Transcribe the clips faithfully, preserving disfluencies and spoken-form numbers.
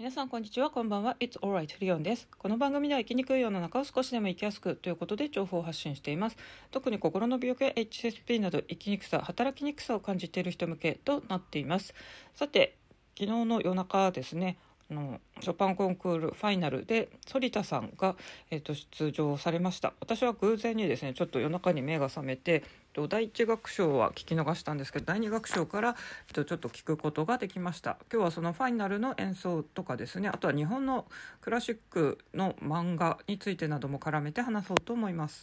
皆さんこんにちは、こんばんは。 It's alright リオンです。この番組では生きにくい世の中を少しでも生きやすくということで情報を発信しています。特に心の病気や エイチエスピー など生きにくさ、働きにくさを感じている人向けとなっています。さて、昨日の夜中ですね、あのショパンコンクールファイナルで反田さんが、えー、と出場されました。私は偶然にですねちょっと夜中に目が覚めて、第一楽章は聞き逃したんですけど、第二楽章から、えっと、ちょっと聞くことができました。今日はそのファイナルの演奏とかですね、あとは日本のクラシックの漫画についてなども絡めて話そうと思います。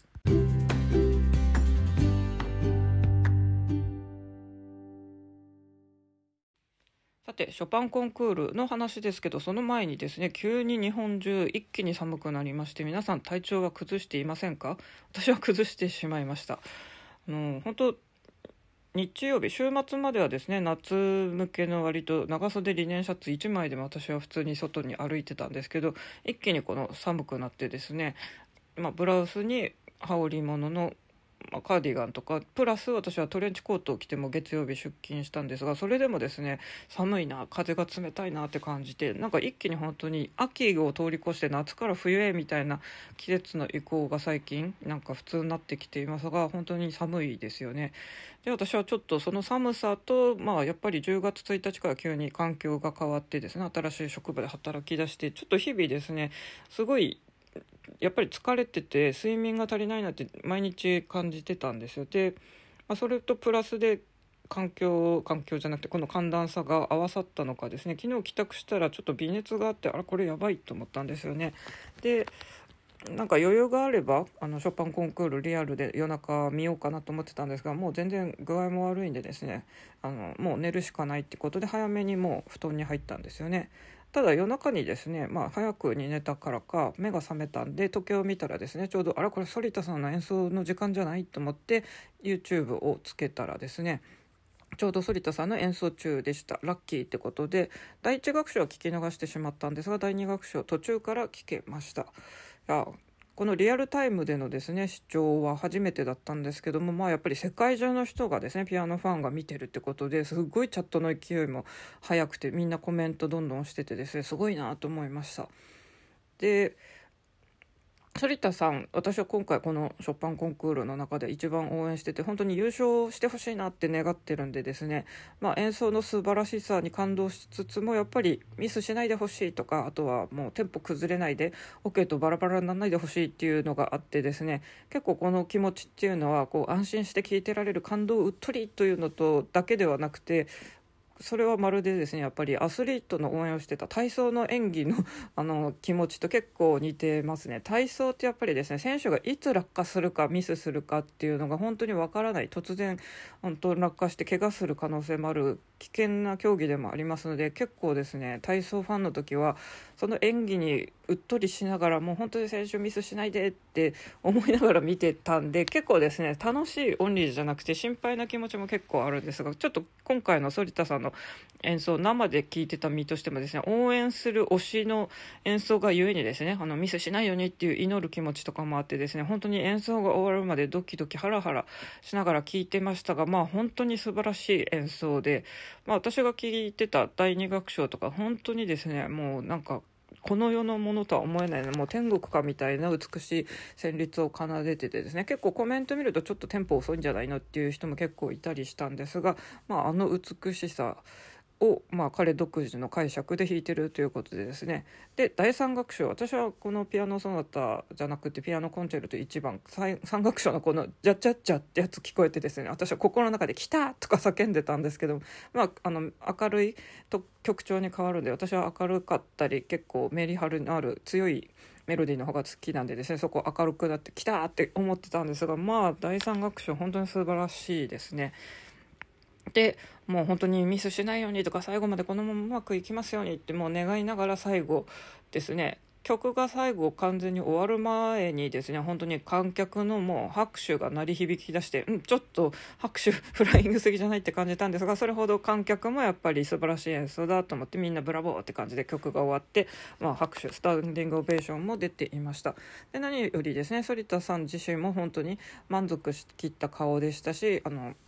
さて、ショパンコンクールの話ですけど、その前にですね、急に日本中一気に寒くなりまして、皆さん体調は崩していませんか？私は崩してしまいました。あの本当日曜日週末まではですね、夏向けの割と長袖リネンシャツいちまいでも私は普通に外に歩いてたんですけど、一気にこの寒くなってですね、まあ、ブラウスに羽織物のまあ、カーディガンとかプラス私はトレンチコートを着ても月曜日出勤したんですが、それでもですね寒いな、風が冷たいなって感じて、なんか一気に本当に秋を通り越して夏から冬へみたいな季節の移行が最近なんか普通になってきていますが、本当に寒いですよね。で、私はちょっとその寒さと、まあ、やっぱりじゅうがつついたちから急に環境が変わってですね、新しい職場で働き出して、ちょっと日々ですねすごいやっぱり疲れてて睡眠が足りないなって毎日感じてたんですよ。で、まあ、それとプラスで環境環境じゃなくてこの寒暖差が合わさったのかですね、昨日帰宅したらちょっと微熱があって、あれこれやばいと思ったんですよね。で、なんか余裕があればあのショパンコンクールリアルで夜中見ようかなと思ってたんですが、もう全然具合も悪いんでですね、あのもう寝るしかないってことで早めにもう布団に入ったんですよね。ただ夜中にですね、まあ、早くに寝たからか目が覚めたんで、時計を見たらですね、ちょうどあれこれ反田さんの演奏の時間じゃないと思って YouTube をつけたらですね、ちょうど反田さんの演奏中でした。ラッキーってことで第一楽章は聞き逃してしまったんですが、第二楽章途中から聞けました。いや、このリアルタイムでのですね視聴は初めてだったんですけども、まあやっぱり世界中の人がですねピアノファンが見てるってことで、すごいチャットの勢いも速くて、みんなコメントどんどんしててですね、すごいなと思いました。で、反田さん、私は今回このショパンコンクールの中で一番応援してて、本当に優勝してほしいなって願ってるんでですね、まあ、演奏の素晴らしさに感動しつつも、やっぱりミスしないでほしいとか、あとはもうテンポ崩れないで OK とバラバラにならないでほしいっていうのがあってですね、結構この気持ちっていうのはこう安心して聴いてられる感動うっとりというのとだけではなくて、それはまるでですねやっぱりアスリートの応援をしてた体操の演技のあの気持ちと結構似てますね。体操ってやっぱりですね、選手がいつ落下するかミスするかっていうのが本当にわからない、突然本当落下して怪我する可能性もある危険な競技でもありますので、結構ですね体操ファンの時はその演技にうっとりしながら、もう本当に選手ミスしないでって思いながら見てたんで、結構ですね楽しいオンリーじゃなくて心配な気持ちも結構あるんですが、ちょっと今回の反田さんの演奏生で聴いてた身としてもですね、応援する推しの演奏がゆえにですね、あのミスしないようにっていう祈る気持ちとかもあってですね、本当に演奏が終わるまでドキドキハラハラしながら聴いてましたが、まあ本当に素晴らしい演奏で、まあ、私が聴いてた第二楽章とか本当にですね、もうなんかこの世のものとは思えない、もう天国かみたいな美しい旋律を奏でててですね、結構コメント見るとちょっとテンポ遅いんじゃないのっていう人も結構いたりしたんですが、まあ、あの美しさを、まあ、彼独自の解釈で弾いてるということでですね。で、第三楽章、私はこのピアノソナタじゃなくてピアノコンチェルトいちばん三楽章のこのジャッジャッジャってやつ聞こえてですね、私は心の中で来たとか叫んでたんですけど、まあ、あの明るいと曲調に変わるんで、私は明るかったり結構メリハリのある強いメロディーの方が好きなんでですね、そこ明るくなって来たって思ってたんですが、まあ第三楽章本当に素晴らしいですね。で、もう本当にミスしないようにとか、最後までこのままうまくいきますようにってもう願いながら、最後ですね、曲が最後完全に終わる前にですね、本当に観客のもう拍手が鳴り響き出して、うんちょっと拍手フライングすぎじゃないって感じたんですが、それほど観客もやっぱり素晴らしい演奏だと思って、みんなブラボーって感じで曲が終わって、まあ、拍手スタンディングオベーションも出ていました。で、何よりですね、反田さん自身も本当に満足しきった顔でしたし、あの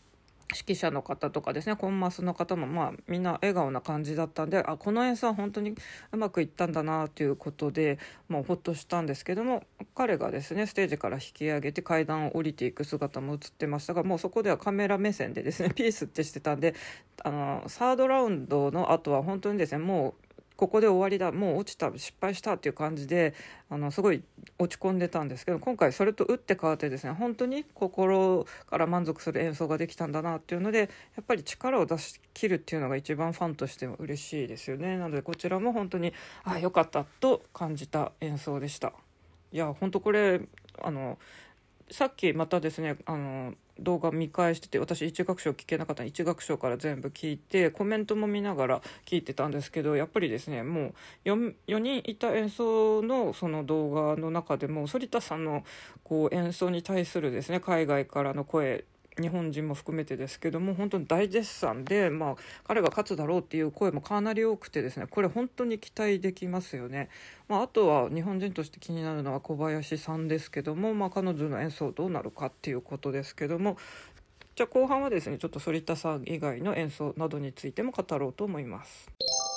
指揮者の方とかですね、コンマスの方もまあみんな笑顔な感じだったんで、あこの演奏は本当にうまくいったんだなということで、もうほっとしたんですけども、彼がですねステージから引き上げて階段を降りていく姿も映ってましたが、もうそこではカメラ目線でですねピースってしてたんで、あのサードラウンドの後は本当にですね、もうここで終わりだ、もう落ちた、失敗したっていう感じで、あのすごい落ち込んでたんですけど、今回それと打って変わってですね、本当に心から満足する演奏ができたんだなっていうので、やっぱり力を出し切るっていうのが一番ファンとしても嬉しいですよね。なのでこちらも本当にあ良かったと感じた演奏でした。いや本当これあのさっきまたですねあの動画見返してて、私一楽章聞けなかったので一楽章から全部聞いてコメントも見ながら聞いてたんですけど、やっぱりですねもう 4, よにんいた演奏のその動画の中でも反田さんのこう演奏に対するですね海外からの声、日本人も含めてですけども本当に大絶賛で、まあ、彼が勝つだろうっていう声もかなり多くてですね、これ本当に期待できますよね。まあ、あとは日本人として気になるのは小林さんですけども、まあ、彼女の演奏どうなるかっていうことですけども、じゃあ後半はですねちょっと反田さん以外の演奏などについても語ろうと思います。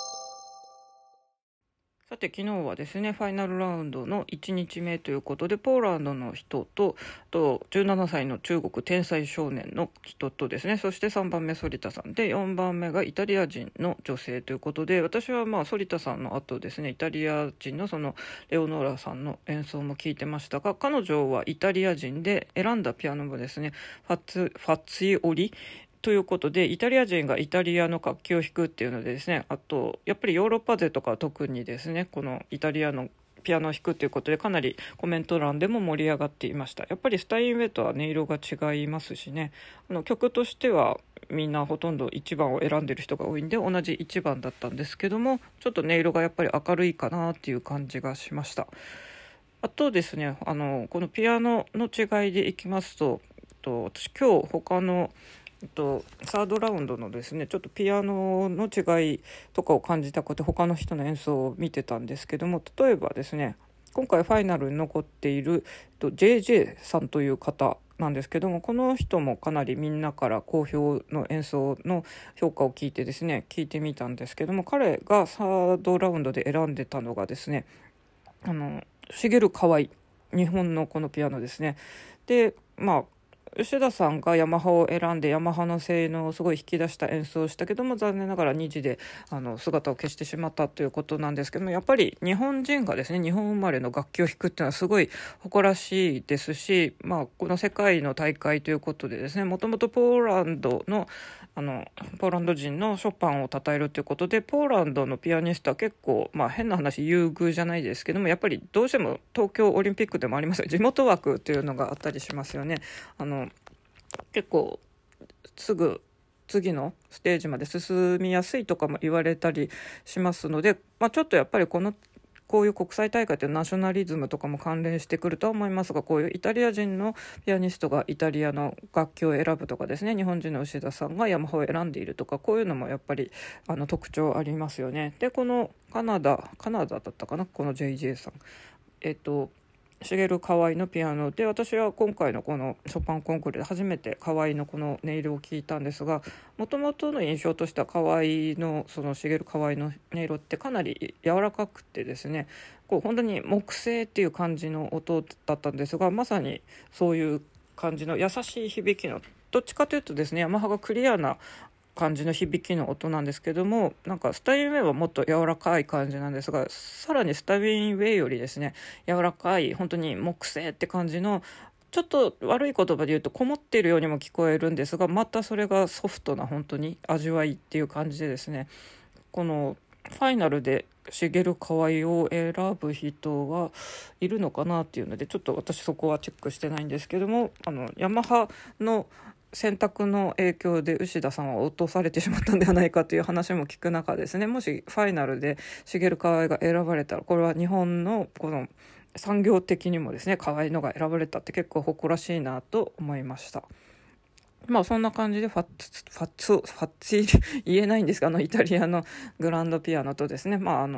さて昨日はですねファイナルラウンドのいちにちめということで、ポーランドの人ととじゅうななさいの中国天才少年の人とですね、そしてさんばんめ反田さんで、よんばんめがイタリア人の女性ということで、私はまあ反田さんの後ですねイタリア人のそのレオノーラさんの演奏も聞いてましたが、彼女はイタリア人で選んだピアノもですねファッツファッツィオリということで、イタリア人がイタリアの楽器を弾くっていうのでですね、あとやっぱりヨーロッパ勢とか特にですねこのイタリアのピアノを弾くということでかなりコメント欄でも盛り上がっていました。やっぱりスタインウェイとは音色が違いますしね、あの曲としてはみんなほとんどいちばんを選んでる人が多いんで同じいちばんだったんですけども、ちょっと音色がやっぱり明るいかなっていう感じがしました。あとですねあのこのピアノの違いでいきますと、と私今日他のとサードラウンドのですねちょっとピアノの違いとかを感じたことで他の人の演奏を見てたんですけども、例えばですね今回ファイナルに残っている ジェイジェイ さんという方なんですけども、この人もかなりみんなから好評の演奏の評価を聞いてですね聞いてみたんですけども、彼がサードラウンドで選んでたのがですねあの茂河合、日本のこのピアノですね。でまあ吉田さんがヤマハを選んでヤマハの性能をすごい引き出した演奏をしたけども、残念ながらにじであの姿を消してしまったということなんですけども、やっぱり日本人がですね日本生まれの楽器を弾くっていうのはすごい誇らしいですし、まあ、この世界の大会ということでですね、もともとポーランドのあのポーランド人のショパンを称えるということで、ポーランドのピアニストは結構、まあ、変な話優遇じゃないですけども、やっぱりどうしても東京オリンピックでもありますよ、地元枠というのがあったりしますよね。あの結構すぐ次のステージまで進みやすいとかも言われたりしますので、まあ、ちょっとやっぱりこのこういう国際大会というナショナリズムとかも関連してくるとは思いますが、こういうイタリア人のピアニストがイタリアの楽器を選ぶとかですね、日本人の牛田さんがヤマハを選んでいるとか、こういうのもやっぱりあの特徴ありますよね。でこのカナダカナダだったかな、この ジェイジェイ さんえっと茂河合のピアノで、私は今回のこのショパンコンクールで初めて河合のこの音色を聞いたんですが、もともとの印象としては河合のその茂河合の音色ってかなり柔らかくてですね、こう本当に木製っていう感じの音だったんですが、まさにそういう感じの優しい響きの、どっちかというとですねヤマハがクリアな感じの響きの音なんですけども、なんかスタインウェイはもっと柔らかい感じなんですが、さらにスタインウェイよりですね柔らかい本当に木製って感じの、ちょっと悪い言葉で言うとこもっているようにも聞こえるんですが、またそれがソフトな本当に味わいっていう感じでですね、このファイナルで茂河合を選ぶ人はいるのかなっていうので、ちょっと私そこはチェックしてないんですけども、あのヤマハの選択の影響で牛田さんは落とされてしまったんではないかという話も聞く中ですね、もしファイナルで茂河合が選ばれたら、これは日本のこの産業的にもですね河合のが選ばれたって結構誇らしいなと思いました。まあそんな感じでファッツファッツファッツ言えないんですが、あのイタリアのグランドピアノとですね、まああの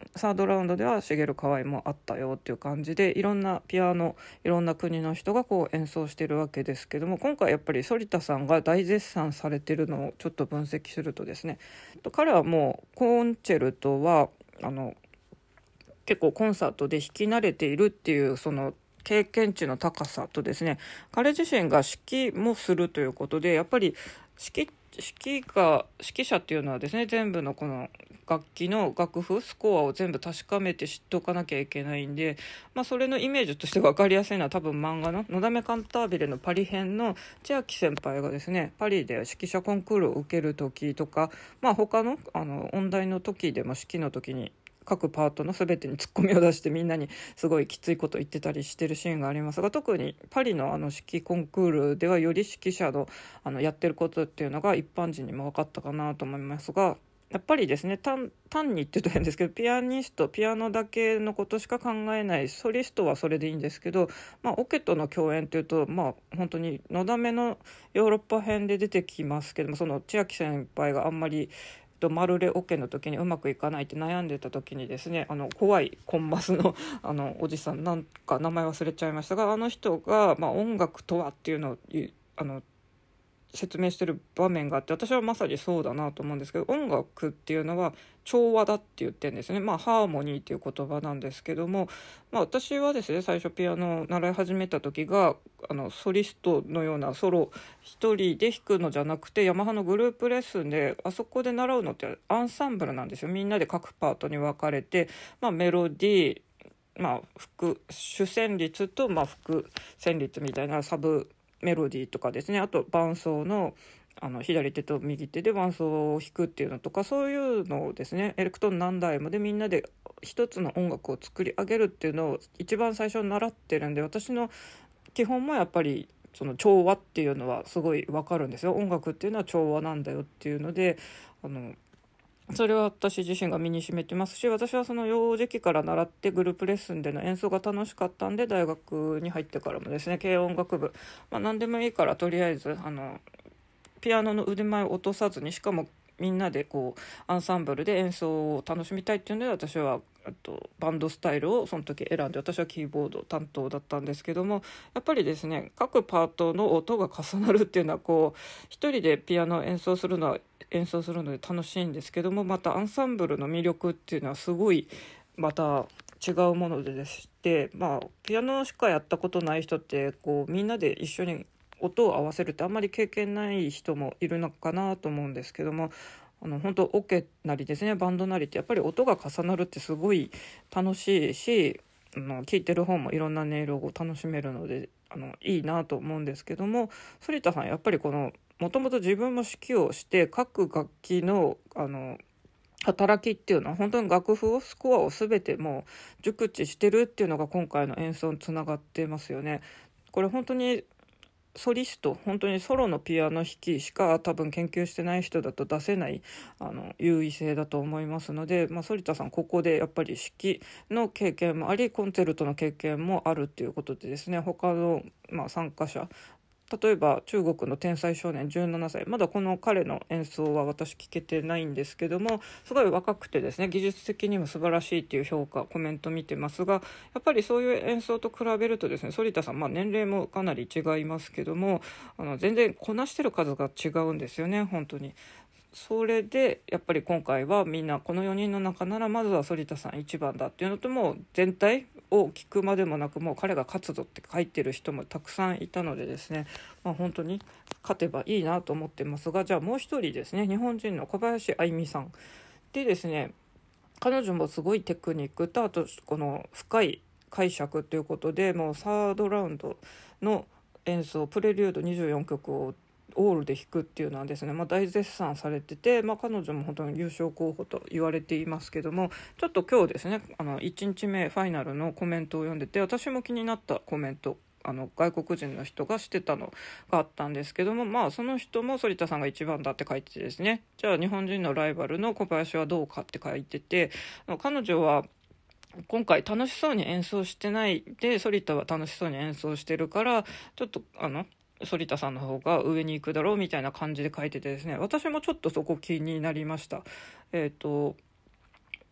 サードラウンドでは茂河合もあったよっていう感じで、いろんなピアノいろんな国の人がこう演奏してるわけですけども、今回やっぱり反田さんが大絶賛されてるのをちょっと分析するとですね、彼はもうコンチェルトはあの結構コンサートで弾き慣れているっていうその経験値の高さとですね、彼自身が指揮もするということで、やっぱり指揮指揮が指揮者っていうのはですね、全部のこの楽器の楽譜スコアを全部確かめて知っておかなきゃいけないんで、まあ、それのイメージとして分かりやすいのは多分漫画の「のだめカンタービレ」のパリ編の千秋先輩がですね、パリで指揮者コンクールを受ける時とか、まあ、他のあの音大の時でも指揮の時に各パートの全てにツッコミを出してみんなにすごいきついこと言ってたりしてるシーンがありますが、特にパリのあの指揮コンクールではより指揮者の、あのやってることっていうのが一般人にも分かったかなと思いますが、やっぱりですね、単単にって言うと変ですけど、ピアニストピアノだけのことしか考えないソリストはそれでいいんですけど、まあ、オケとの共演というと、まあ、本当にのだめのヨーロッパ編で出てきますけども、その千秋先輩があんまりマルレオケの時にうまくいかないって悩んでた時にですね、あの怖いコンマスのあのおじさん、なんか名前忘れちゃいましたが、あの人が、まあ、音楽とはっていうのをあの説明してる場面があって、私はまさにそうだなと思うんですけど、音楽っていうのは調和だって言ってるんですね。まあハーモニーっていう言葉なんですけども、まあ、私はですね、最初ピアノを習い始めた時があのソリストのようなソロ一人で弾くのじゃなくて、ヤマハのグループレッスンであそこで習うのってアンサンブルなんですよ。みんなで各パートに分かれて、まあ、メロディー、まあ、副主旋律と、まあ、副旋律みたいなサブメロディーとかですね、あと伴奏のあの左手と右手で伴奏を弾くっていうのとか、そういうのをですね、エレクトーン何台もでみんなで一つの音楽を作り上げるっていうのを一番最初に習ってるんで、私の基本もやっぱりその調和っていうのはすごい分かるんですよ。音楽っていうのは調和なんだよっていうので、あのそれは私自身が身に染めてますし、私はその幼児期から習ってグループレッスンでの演奏が楽しかったんで、大学に入ってからもですね、軽音楽部、まあ、何でもいいからとりあえずあのピアノの腕前を落とさずに、しかもみんなでこうアンサンブルで演奏を楽しみたいっていうので、私はあとバンドスタイルをその時選んで、私はキーボード担当だったんですけども、やっぱりですね、各パートの音が重なるっていうのは、こう一人でピアノを演奏するのは演奏するので楽しいんですけども、またアンサンブルの魅力っていうのはすごいまた違うものでして、まあピアノしかやったことない人ってこうみんなで一緒に音を合わせるってあんまり経験ない人もいるのかなと思うんですけども、あの本当オケなりですね、バンドなりってやっぱり音が重なるってすごい楽しいし、あの聴いてる方もいろんな音色を楽しめるので、あのいいなと思うんですけども、反田さんやっぱりこのもともと自分も指揮をして各楽器のあの働きっていうのは本当に楽譜をスコアを全てもう熟知してるっていうのが今回の演奏につながってますよね。これ本当にソリスト、本当にソロのピアノ弾きしか多分研究してない人だと出せないあの優位性だと思いますので、まあ、反田さんここでやっぱり指揮の経験もありコンチェルトの経験もあるっていうことでですね、他の、まあ、参加者、例えば中国の天才少年じゅうななさい、まだこの彼の演奏は私聞けてないんですけども、すごい若くてですね、技術的にも素晴らしいっていう評価コメント見てますが、やっぱりそういう演奏と比べるとですね、反田さん、まあ、年齢もかなり違いますけども、あの全然こなしてる数が違うんですよね、本当に。それでやっぱり今回はみんなこのよにんの中ならまずは反田さん一番だっていうのと、もう全体を聞くまでもなく、もう彼が勝つぞって書いてる人もたくさんいたのでですね、まあ、本当に勝てばいいなと思ってますが、じゃあもう一人ですね、日本人の小林愛実さんでですね、彼女もすごいテクニックと、あとこの深い解釈ということで、もうサードラウンドの演奏プレリュードにじゅうよんきょくをオールで弾くっていうのはですね、まあ、大絶賛されてて、まあ、彼女も本当に優勝候補と言われていますけども、ちょっと今日ですね、あのいちにちめファイナルのコメントを読んでて、私も気になったコメント、あの外国人の人がしてたのがあったんですけども、まあその人も反田さんが一番だって書いててですね、じゃあ日本人のライバルの小林はどうかって書いてて、彼女は今回楽しそうに演奏してないで、反田は楽しそうに演奏してるから、ちょっとあの反田さんの方が上に行くだろうみたいな感じで書いててですね、私もちょっとそこ気になりました。えっと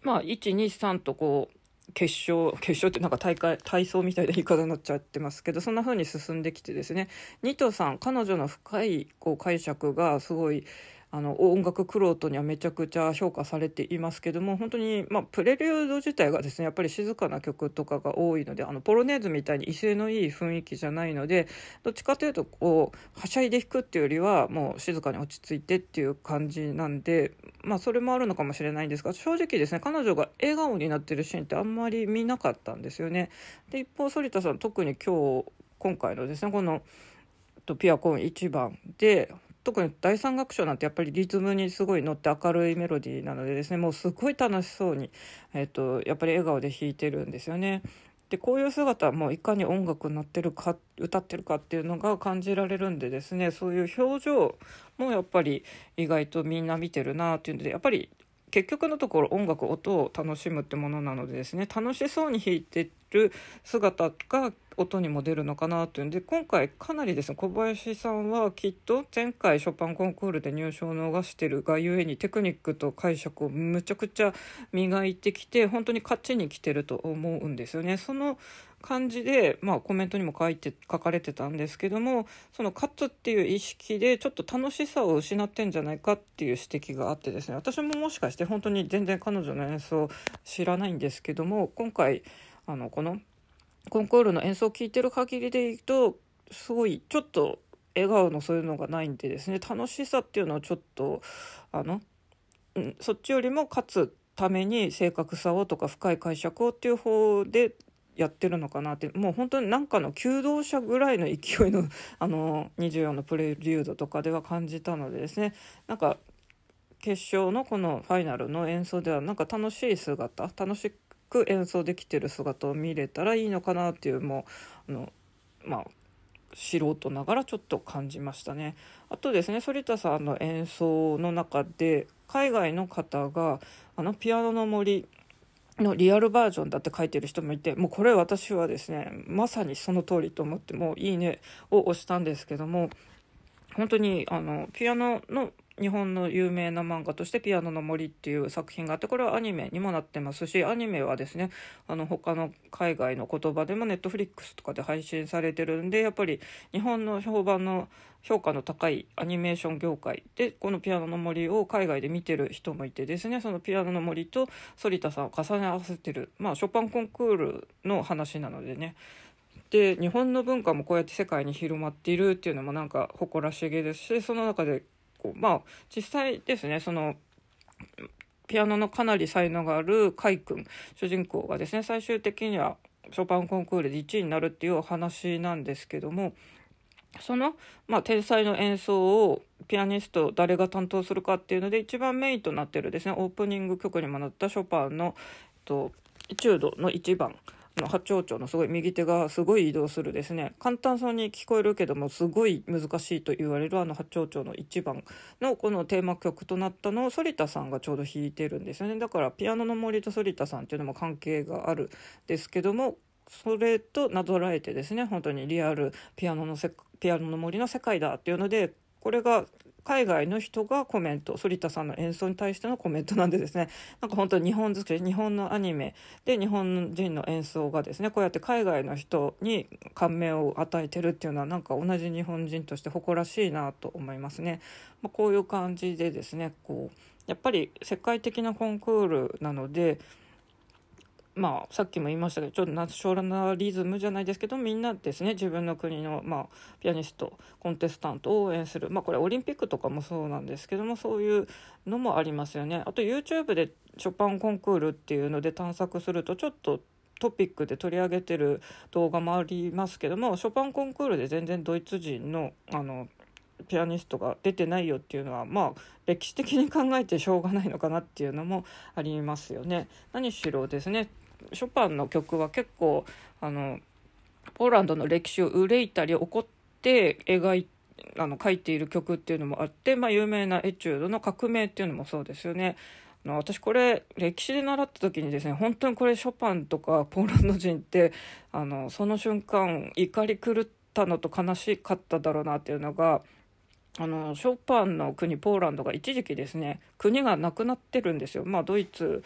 まあいちにさんとこう決勝決勝ってなんか大会体操みたいな言い方になっちゃってますけど、そんな風に進んできてですね、ニトさん彼女の深いこう解釈がすごいあの音楽クロートにはめちゃくちゃ評価されていますけども、本当に、まあ、プレリュード自体がですねやっぱり静かな曲とかが多いので、あのポロネーズみたいに威勢のいい雰囲気じゃないので、どっちかというとこうはしゃいで弾くっていうよりはもう静かに落ち着いてっていう感じなんで、まあそれもあるのかもしれないんですが、正直ですね彼女が笑顔になってるシーンってあんまり見なかったんですよね。で一方反田さん、特に今日今回のですねこのピアコンいちばんで、特に第三楽章なんてやっぱりリズムにすごい乗って明るいメロディーなのでですね、もうすごい楽しそうに、えっと、やっぱり笑顔で弾いてるんですよね。でこういう姿はもういかに音楽になってるか歌ってるかっていうのが感じられるんでですね、そういう表情もやっぱり意外とみんな見てるなっていうので、やっぱり結局のところ音楽音を楽しむってものなのでですね、楽しそうに弾いてる姿が音にも出るのかなというんで、今回かなりですね小林さんはきっと前回ショパンコンクールで入賞を逃してるがゆえにテクニックと解釈をむちゃくちゃ磨いてきて本当に勝ちに来てると思うんですよね。その感じで、まあ、コメントにも書いて書かれてたんですけども、その勝つっていう意識でちょっと楽しさを失ってんじゃないかっていう指摘があってですね、私ももしかして本当に全然彼女の演奏知らないんですけども、今回あのこのコンクールの演奏を聞いてる限りでいくとすごいちょっと笑顔のそういうのがないんでですね、楽しさっていうのをちょっとあの、うん、そっちよりも勝つために正確さをとか深い解釈をっていう方でやってるのかなって、もう本当になんかの求道者ぐらいの勢いのあのにじゅうよんのプレリュードとかでは感じたのでですね、なんか決勝のこのファイナルの演奏ではなんか楽しい姿、楽しく演奏できてる姿を見れたらいいのかなっていう、もうあのまあ素人ながらちょっと感じましたね。あとですね、反田さんの演奏の中で海外の方があのピアノの森のリアルバージョンだって書いてる人もいて、もうこれ私はですねまさにその通りと思って、もういいねを押したんですけども、本当にあのピアノの日本の有名な漫画としてピアノの森っていう作品があって、これはアニメにもなってますし、アニメはですねあの他の海外の言葉でもネットフリックスとかで配信されてるんで、やっぱり日本の評判の評価の高いアニメーション業界でこのピアノの森を海外で見てる人もいてですね、そのピアノの森と反田さんを重ね合わせてる、まあショパンコンクールの話なのでね、で日本の文化もこうやって世界に広まっているっていうのもなんか誇らしげですし、その中でこうまあ実際ですね、そのピアノのかなり才能があるカイ君主人公がですね最終的にはショパンコンクールでいちいになるっていうお話なんですけども、その、まあ、天才の演奏をピアニスト誰が担当するかっていうので一番メインとなってるですねオープニング曲にもなったショパンのとエチュードのいちばんのはち丁々のすごい右手がすごい移動するですね、簡単そうに聞こえるけどもすごい難しいと言われるあのはち丁々のいちばんのこのテーマ曲となったのを反田さんがちょうど弾いてるんですよね。だからピアノの森と反田さんっていうのも関係があるんですけども、それとなぞらえてですね本当にリアルピアノのせピアノの森の世界だっていうので、これが海外の人がコメント、反田さんの演奏に対してのコメントなんでですね、なんか本当に日本作り、日本のアニメで日本人の演奏がですねこうやって海外の人に感銘を与えてるっていうのはなんか同じ日本人として誇らしいなと思いますね。まあ、こういう感じでですね、こうやっぱり世界的なコンクールなので、まあ、さっきも言いましたけどちょっとナショナリズムじゃないですけどみんなですね自分の国の、まあ、ピアニストコンテスタントを応援する、まあ、これオリンピックとかもそうなんですけどもそういうのもありますよね。あと YouTube でショパンコンクールっていうので探索するとちょっとトピックで取り上げてる動画もありますけども、ショパンコンクールで全然ドイツ人のあのピアニストが出てないよっていうのはまあ歴史的に考えてしょうがないのかなっていうのもありますよね。何しろですねショパンの曲は結構あのポーランドの歴史を憂いたり怒って描いあの書いている曲っていうのもあって、まあ、有名なエチュードの革命っていうのもそうですよね。あの私これ歴史で習った時にですね本当にこれショパンとかポーランド人ってあのその瞬間怒り狂ったのと悲しかっただろうなっていうのが、あのショパンの国ポーランドが一時期ですね国がなくなってるんですよ。まあドイツ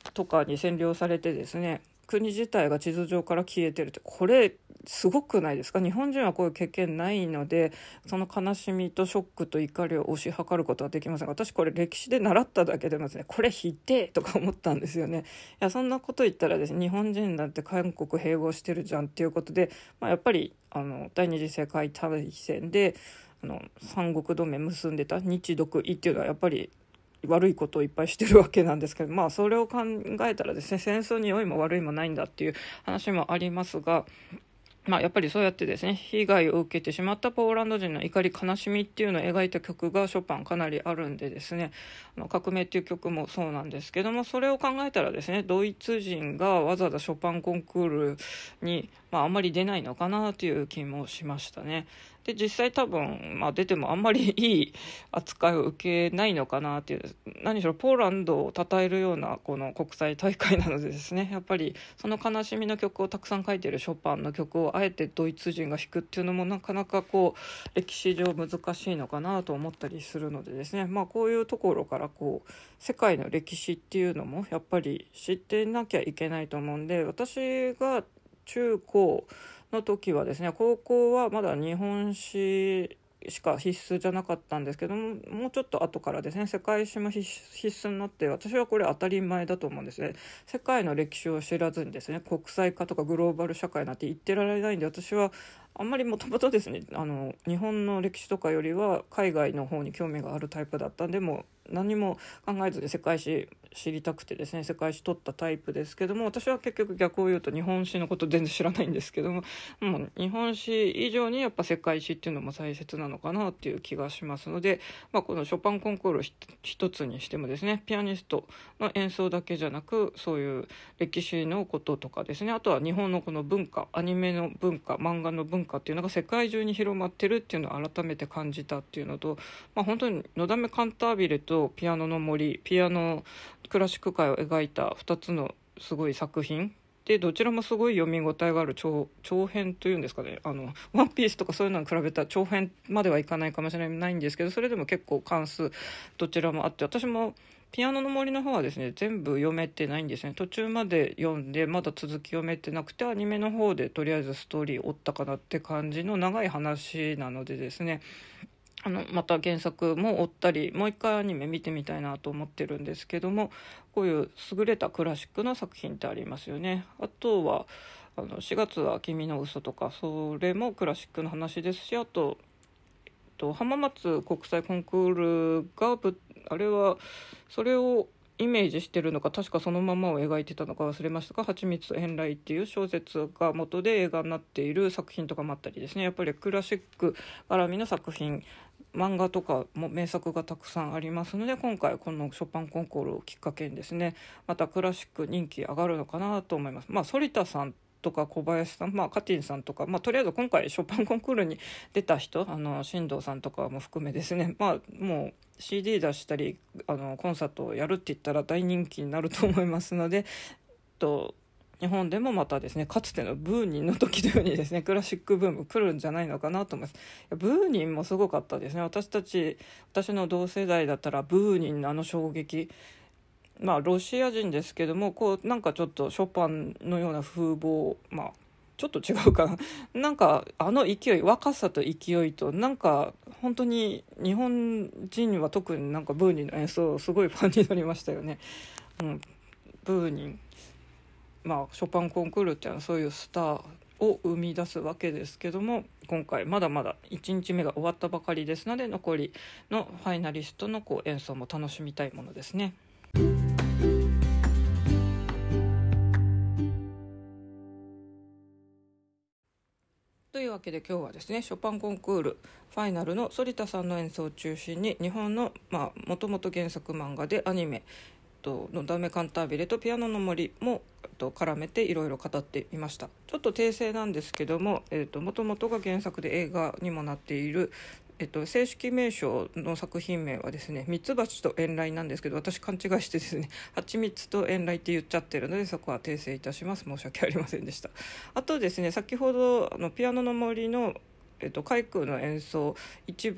とかに占領されてですね、国自体が地図上から消えてるって、これすごくないですか？日本人はこういう経験ないので、その悲しみとショックと怒りを推し量ることはできませんが、私これ歴史で習っただけでますね、これ否定とか思ったんですよね。いや、そんなこと言ったらですね、日本人だって韓国併合してるじゃんっていうことで、まあ、やっぱりあの第二次世界大戦であの三国同盟結んでた日独伊っていうのはやっぱり悪いことをいっぱいしてるわけなんですけど、まあそれを考えたらですね、戦争に良いも悪いもないんだっていう話もありますが、まあ、やっぱりそうやってですね、被害を受けてしまったポーランド人の怒り悲しみっていうのを描いた曲がショパンかなりあるんでですね、あの革命っていう曲もそうなんですけども、それを考えたらですね、ドイツ人がわざわざショパンコンクールに、まあ、あんまり出ないのかなという気もしましたね。で実際多分、まあ、出てもあんまりいい扱いを受けないのかなっていう、何しろポーランドを称えるようなこの国際大会なのでですね、やっぱりその悲しみの曲をたくさん書いているショパンの曲をあえてドイツ人が弾くっていうのもなかなかこう歴史上難しいのかなと思ったりするのでですね、まあ、こういうところからこう世界の歴史っていうのもやっぱり知ってなきゃいけないと思うんで、私が中高の時はですね、高校はまだ日本史しか必須じゃなかったんですけども、もうちょっと後からですね、世界史も必須になって、私はこれ当たり前だと思うんですね。世界の歴史を知らずにですね、国際化とかグローバル社会なんて言ってられないんで、私はあんまりもともとですね、あの日本の歴史とかよりは海外の方に興味があるタイプだったんで、もう何も考えずに世界史知りたくてですね、世界史取ったタイプですけども、私は結局逆を言うと日本史のこと全然知らないんですけども、もう日本史以上にやっぱ世界史っていうのも大切なのかなっていう気がしますので、まあ、このショパンコンクール一つにしてもですね、ピアニストの演奏だけじゃなく、そういう歴史のこととかですね、あとは日本のこの文化、アニメの文化、漫画の文化っていうのが世界中に広まってるっていうのを改めて感じたっていうのと、まあ、本当にのだめカンタービレとピアノの森、ピアノクラシック界を描いたふたつのすごい作品で、どちらもすごい読み応えがある 長, 長編というんですかね、あのワンピースとかそういうのに比べたら長編まではいかないかもしれないんですけど、それでも結構関数どちらもあって、私もピアノの森の方はですね全部読めてないんですね。途中まで読んでまだ続き読めてなくて、アニメの方でとりあえずストーリー追ったかなって感じの長い話なのでですね、あのまた原作も追ったり、もう一回アニメ見てみたいなと思ってるんですけども、こういう優れたクラシックの作品ってありますよね。あとはあのしがつは君の嘘とか、それもクラシックの話ですし、あと、えっと、浜松国際コンクールがぶあれはそれをイメージしてるのか、確かそのままを描いてたのか忘れましたが、はちみつと遠雷っていう小説が元で映画になっている作品とかもあったりですね、やっぱりクラシック絡みの作品、漫画とかも名作がたくさんありますので、今回このショパンコンクールをきっかけにですね、またクラシック人気上がるのかなと思います。まあ反田さんとか小林さん、まあ、カティンさんとか、まあ、とりあえず今回ショパンコンクールに出た人、あの新藤さんとかも含めですね、まあ、もう シーディー 出したりあのコンサートをやるって言ったら大人気になると思いますので、えっと日本でもまたですね、かつてのブーニンの時のようにですね、クラシックブーム来るんじゃないのかなと思います。ブーニンもすごかったですね。私たち私の同世代だったらブーニンのあの衝撃、まあロシア人ですけども、こうなんかちょっとショパンのような風貌、まあちょっと違うかななんかあの勢い、若さと勢いと、なんか本当に日本人は特になんかブーニンの演奏すごいファンになりましたよね。うん、ブーニン、まあショパンコンクールっていうのはそういうスターを生み出すわけですけども、今回まだまだいちにちめが終わったばかりですので、残りのファイナリストのこう演奏も楽しみたいものですね。というわけで今日はですね、ショパンコンクールファイナルの反田さんの演奏を中心に、日本のまあもともと原作漫画でアニメのダメカンタービレとピアノの森も絡めていろいろ語ってみました。ちょっと訂正なんですけども、もともとが原作で映画にもなっている、えっと、正式名称の作品名はですね、ミツバチと遠雷なんですけど、私勘違いしてですね、ハチミツと遠雷って言っちゃってるので、そこは訂正いたします。申し訳ありませんでした。あとですね、先ほどあのピアノの森のえっと、海空の演奏いちばん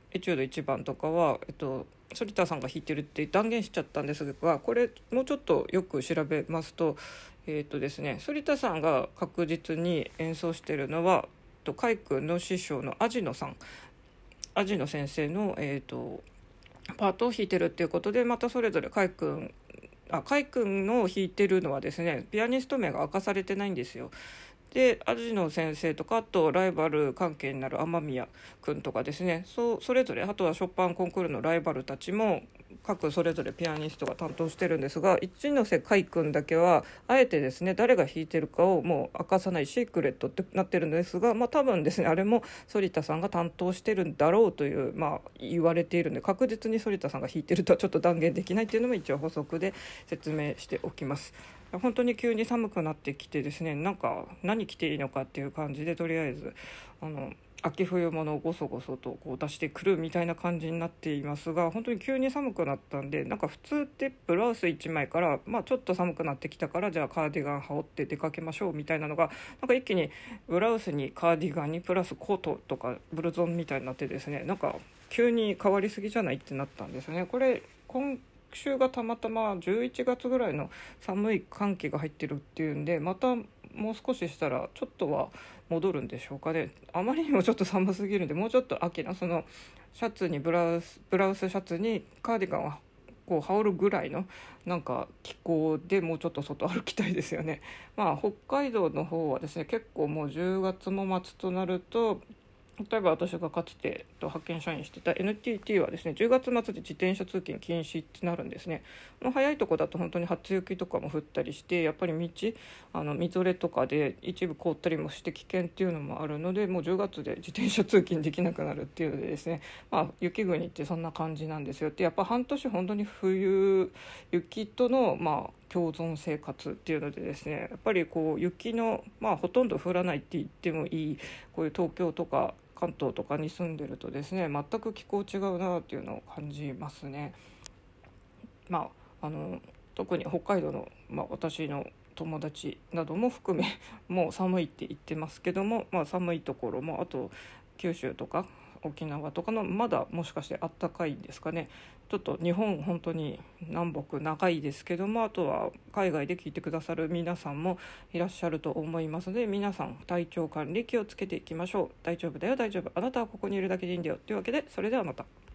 エチュードいちばんとかは、えっと、反田さんが弾いてるって断言しちゃったんですが、これもうちょっとよく調べますと、えっとですね、反田さんが確実に演奏してるのは海君の師匠のアジノさんアジノ先生の、えーと、パートを弾いてるっていうことで、またそれぞれ海君あ海君の弾いてるのはですね、ピアニスト名が明かされてないんですよ。で、アジノ先生とか、あとライバル関係になる雨宮君とかですね、 そ, それぞれ、あとはショパンコンクールのライバルたちも各それぞれピアニストが担当してるんですが、一ノ瀬海君だけはあえてですね、誰が弾いてるかをもう明かさないシークレットってなってるんですが、まあ多分ですね、あれも反田さんが担当してるんだろうという、まあ言われているんで、確実に反田さんが弾いてるとはちょっと断言できないっていうのも一応補足で説明しておきます。本当に急に寒くなってきてですね、なんか何着ていいのかっていう感じで、とりあえずあの秋冬物をごそごそとこう出してくるみたいな感じになっていますが、本当に急に寒くなったんで、なんか普通ってブラウスいちまいから、まあ、ちょっと寒くなってきたからじゃあカーディガン羽織って出かけましょうみたいなのが、なんか一気にブラウスにカーディガンにプラスコートとかブルゾンみたいになってですね、なんか急に変わりすぎじゃないってなったんですね。これ今週がたまたまじゅういちがつぐらいの寒い寒気が入ってるっていうんで、またもう少ししたらちょっとは戻るんでしょうかね。あまりにもちょっと寒すぎるんで、もうちょっと秋のそのシャツにブラウスブラウスシャツにカーディガンをこう羽織るぐらいのなんか気候でもうちょっと外歩きたいですよね。まあ北海道の方はですね、結構もうじゅうがつも末となると、例えば私がかつて派遣社員してた エヌティーティー はですね、じゅうがつ末で自転車通勤禁止ってなるんですね。もう早いとこだと本当に初雪とかも降ったりして、やっぱり道あのみぞれとかで一部凍ったりもして危険っていうのもあるので、もうじゅうがつで自転車通勤できなくなるっていうのでですね、まあ雪国ってそんな感じなんですよって、やっぱ半年本当に冬雪とのまあ共存生活っていうのでですね、やっぱりこう雪のまあほとんど降らないって言ってもいいこういう東京とか関東とかに住んでるとですね、全く気候違うなっていうのを感じますね。まあ、あの特に北海道の、まあ、私の友達なども含めもう寒いって言ってますけども、まあ、寒いところもあと九州とか沖縄とかのまだもしかしてあったかいんですかね。ちょっと日本本当に南北長いですけども、あとは海外で聞いてくださる皆さんもいらっしゃると思いますので、皆さん体調管理気をつけていきましょう。大丈夫だよ大丈夫、あなたはここにいるだけでいいんだよというわけで、それではまた。